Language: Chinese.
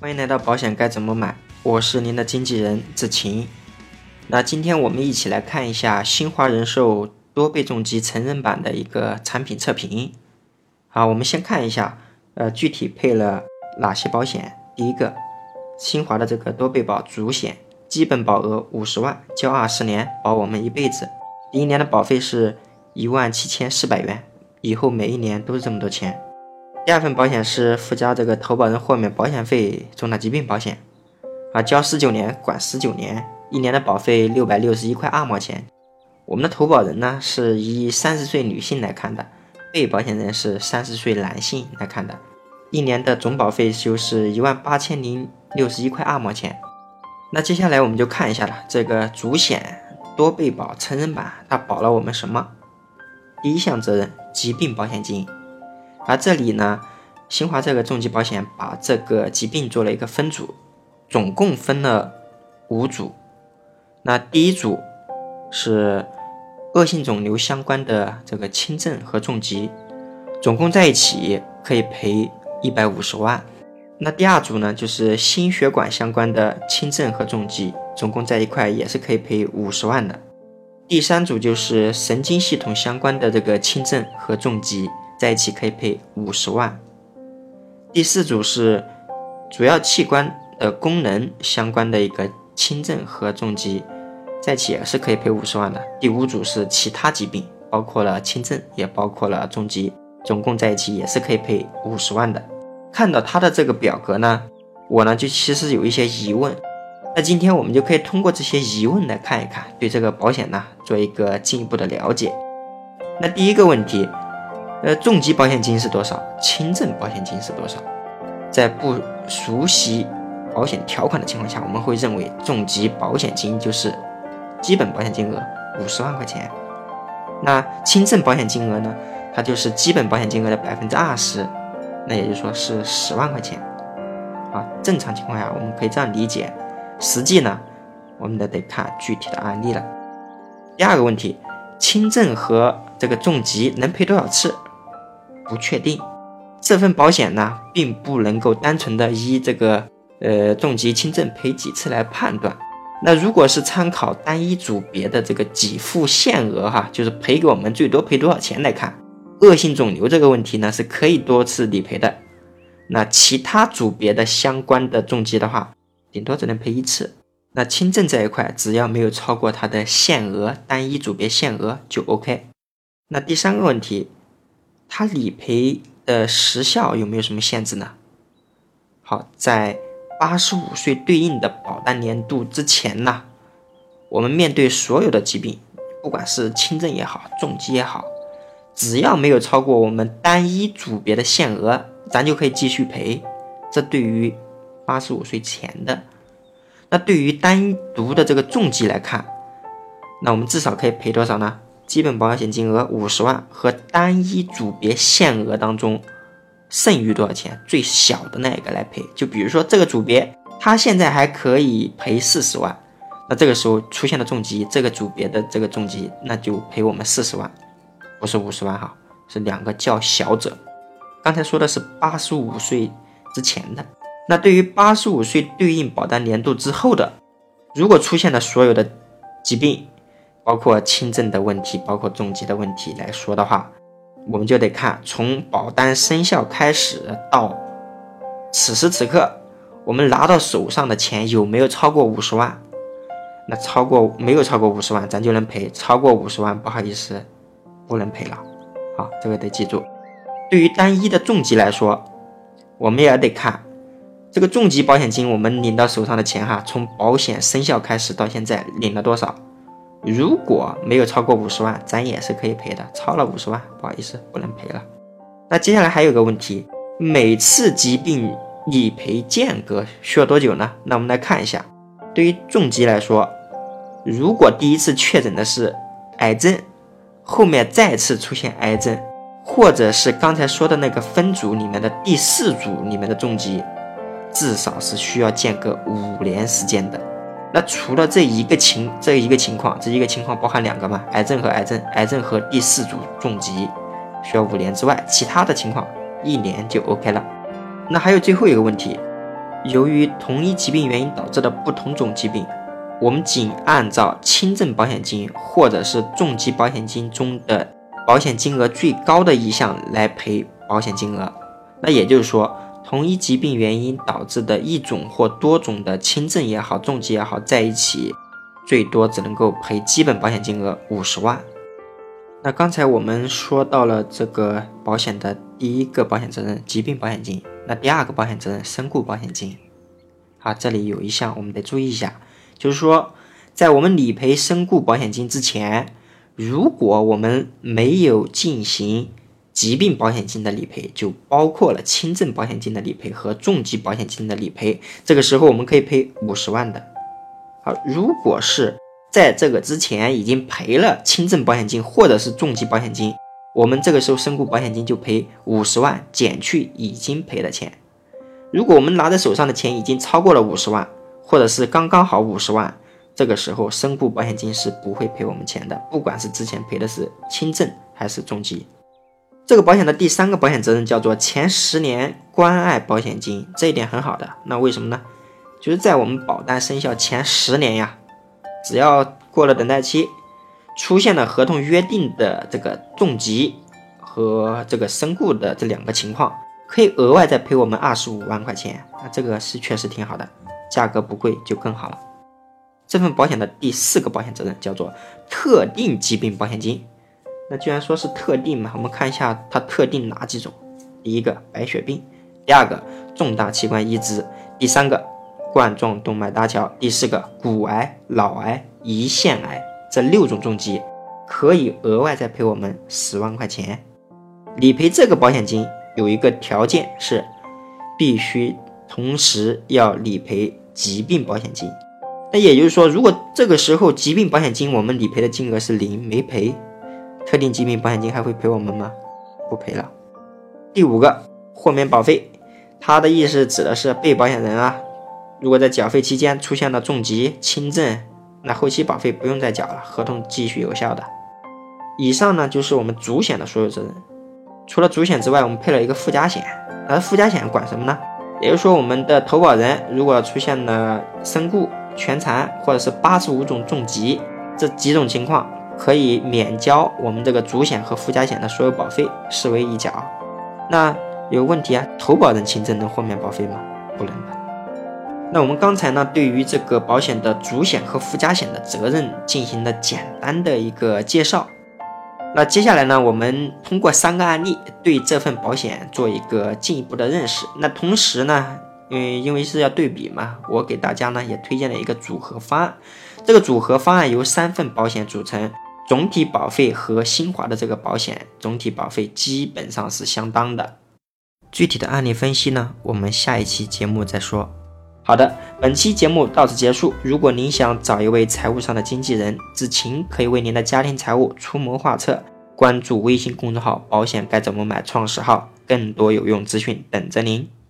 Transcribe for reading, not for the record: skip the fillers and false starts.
欢迎来到保险该怎么买，我是您的经纪人志勤。那今天我们一起来看一下新华人寿多倍重疾成人版的一个产品测评。好，我们先看一下具体配了哪些保险。第一个，新华的这个多倍保主险，基本保额50万，交20年，保我们一辈子。第一年的保费是17400元，以后每一年都是这么多钱。第二份保险是附加这个投保人豁免保险费重大疾病保险，交19年管19年，一年的保费661块2毛钱。我们的投保人呢是以30岁女性来看的，被保险人是30岁男性来看的，一年的总保费就是18061块2毛钱。那接下来我们就看一下了，这个主险多倍保成人版它保了我们什么？第一项责任，疾病保险金。而这里呢，新华这个重疾保险把这个疾病做了一个分组，总共分了5组。那第一组是恶性肿瘤相关的这个轻症和重疾，总共在一起可以赔150万。那第二组呢，就是心血管相关的轻症和重疾，总共在一块也是可以赔50万的。第三组就是神经系统相关的这个轻症和重疾，在一起可以赔50万。第四组是主要器官的功能相关的一个轻症和重疾，在一起也是可以赔50万的。第五组是其他疾病，包括了轻症也包括了重疾，总共在一起也是可以赔50万的。看到他的这个表格呢，我呢就其实有一些疑问，那今天我们就可以通过这些疑问来看一看，对这个保险呢做一个进一步的了解。那第一个问题，重疾保险金是多少？轻症保险金是多少？在不熟悉保险条款的情况下，我们会认为重疾保险金就是基本保险金额50万块钱。那轻症保险金额呢，它就是基本保险金额的20%，那也就是说是10万块钱。正常情况下我们可以这样理解，实际呢我们得看具体的案例了。第二个问题，轻症和这个重疾能赔多少次？不确定。这份保险呢并不能够单纯的依这个重疾轻症赔几次来判断。那如果是参考单一组别的这个给付限额就是赔给我们最多赔多少钱来看，恶性肿瘤这个问题呢是可以多次理赔的。那其他组别的相关的重疾的话，顶多只能赔1次。那轻症这一块只要没有超过它的限额，单一组别限额就 OK。 那第三个问题，它理赔的时效有没有什么限制呢？好，在85岁对应的保单年度之前呢，我们面对所有的疾病，不管是轻症也好重疾也好，只要没有超过我们单一组别的限额，咱就可以继续赔。这对于85岁前的。那对于单独的这个重疾来看，那我们至少可以赔多少呢？基本保险金额50万和单一组别限额当中剩余多少钱，最小的那一个来赔。就比如说这个组别它现在还可以赔40万，那这个时候出现了重疾，这个组别的这个重疾那就赔我们40万，不是50万是两个较小者。刚才说的是85岁之前的。那对于85岁对应保单年度之后的，如果出现了所有的疾病，包括轻症的问题，包括重疾的问题来说的话，我们就得看从保单生效开始到此时此刻我们拿到手上的钱有没有超过50万。那没有超过50万咱就能赔，超过50万不好意思不能赔了。好，这个得记住。对于单一的重疾来说，我们也得看这个重疾保险金我们领到手上的钱从保险生效开始到现在领了多少。如果没有超过50万咱也是可以赔的，超了50万不好意思不能赔了。那接下来还有个问题，每次疾病理赔间隔需要多久呢？那我们来看一下。对于重疾来说，如果第一次确诊的是癌症，后面再次出现癌症，或者是刚才说的那个分组里面的第4组里面的重疾，至少是需要间隔5年时间的。那除了这一个情况包含2个嘛，癌症和第4组重疾需要5年之外，其他的情况1年就 OK 了。那还有最后一个问题， 由于同一疾病原因导致的不同种疾病，我们仅按照轻症保险金或者是重疾保险金中的保险金额最高的一项来赔保险金额。那也就是说，同一疾病原因导致的一种或多种的轻症也好，重疾也好，在一起最多只能够赔基本保险金额50万。那刚才我们说到了这个保险的第一个保险责任疾病保险金，那第二个保险责任身故保险金。好，这里有一项我们得注意一下，就是说在我们理赔身故保险金之前，如果我们没有进行疾病保险金的理赔，就包括了轻症保险金的理赔和重疾保险金的理赔，这个时候我们可以赔50万的。好，如果是在这个之前已经赔了轻症保险金或者是重疾保险金，我们这个时候身故保险金就赔50万减去已经赔的钱。如果我们拿在手上的钱已经超过了50万，或者是刚刚好50万，这个时候身故保险金是不会赔我们钱的，不管是之前赔的是轻症还是重疾。这个保险的第三个保险责任叫做前10年关爱保险金，这一点很好的。那为什么呢？就是在我们保单生效前10年呀，只要过了等待期，出现了合同约定的这个重疾和这个身故的这2个情况，可以额外再赔我们25万块钱。那这个是确实挺好的，价格不贵就更好了。这份保险的第4个保险责任叫做特定疾病保险金。那既然说是特定嘛，我们看一下它特定哪几种。第一个白血病，第2个重大器官移植，第3个冠状动脉搭桥，第4个骨癌、脑癌、胰腺癌，这6种重疾可以额外再赔我们10万块钱。理赔这个保险金有一个条件是必须同时要理赔疾病保险金。那也就是说，如果这个时候疾病保险金我们理赔的金额是0，没赔，特定疾病保险金还会赔我们吗？不赔了。第5个豁免保费，它的意思指的是被保险人啊，如果在缴费期间出现了重疾、轻症，那后期保费不用再缴了，合同继续有效的。以上呢就是我们主险的所有责任。除了主险之外，我们配了一个附加险。而附加险管什么呢？也就是说，我们的投保人如果出现了身故、全残或者是85种重疾这几种情况，可以免交我们这个主险和附加险的所有保费，视为一缴。那有问题啊，投保人轻症能豁免保费吗？不能的。那我们刚才呢，对于这个保险的主险和附加险的责任进行了简单的一个介绍。那接下来呢，我们通过3个案例对这份保险做一个进一步的认识。那同时呢，因为是要对比嘛，我给大家呢也推荐了一个组合方案。这个组合方案由3份保险组成，总体保费和新华的这个保险总体保费基本上是相当的。具体的案例分析呢，我们下一期节目再说。好的，本期节目到此结束。如果您想找一位财务上的经纪人，子晴可以为您的家庭财务出谋划策。关注微信公众号保险该怎么买创始号，更多有用资讯等着您。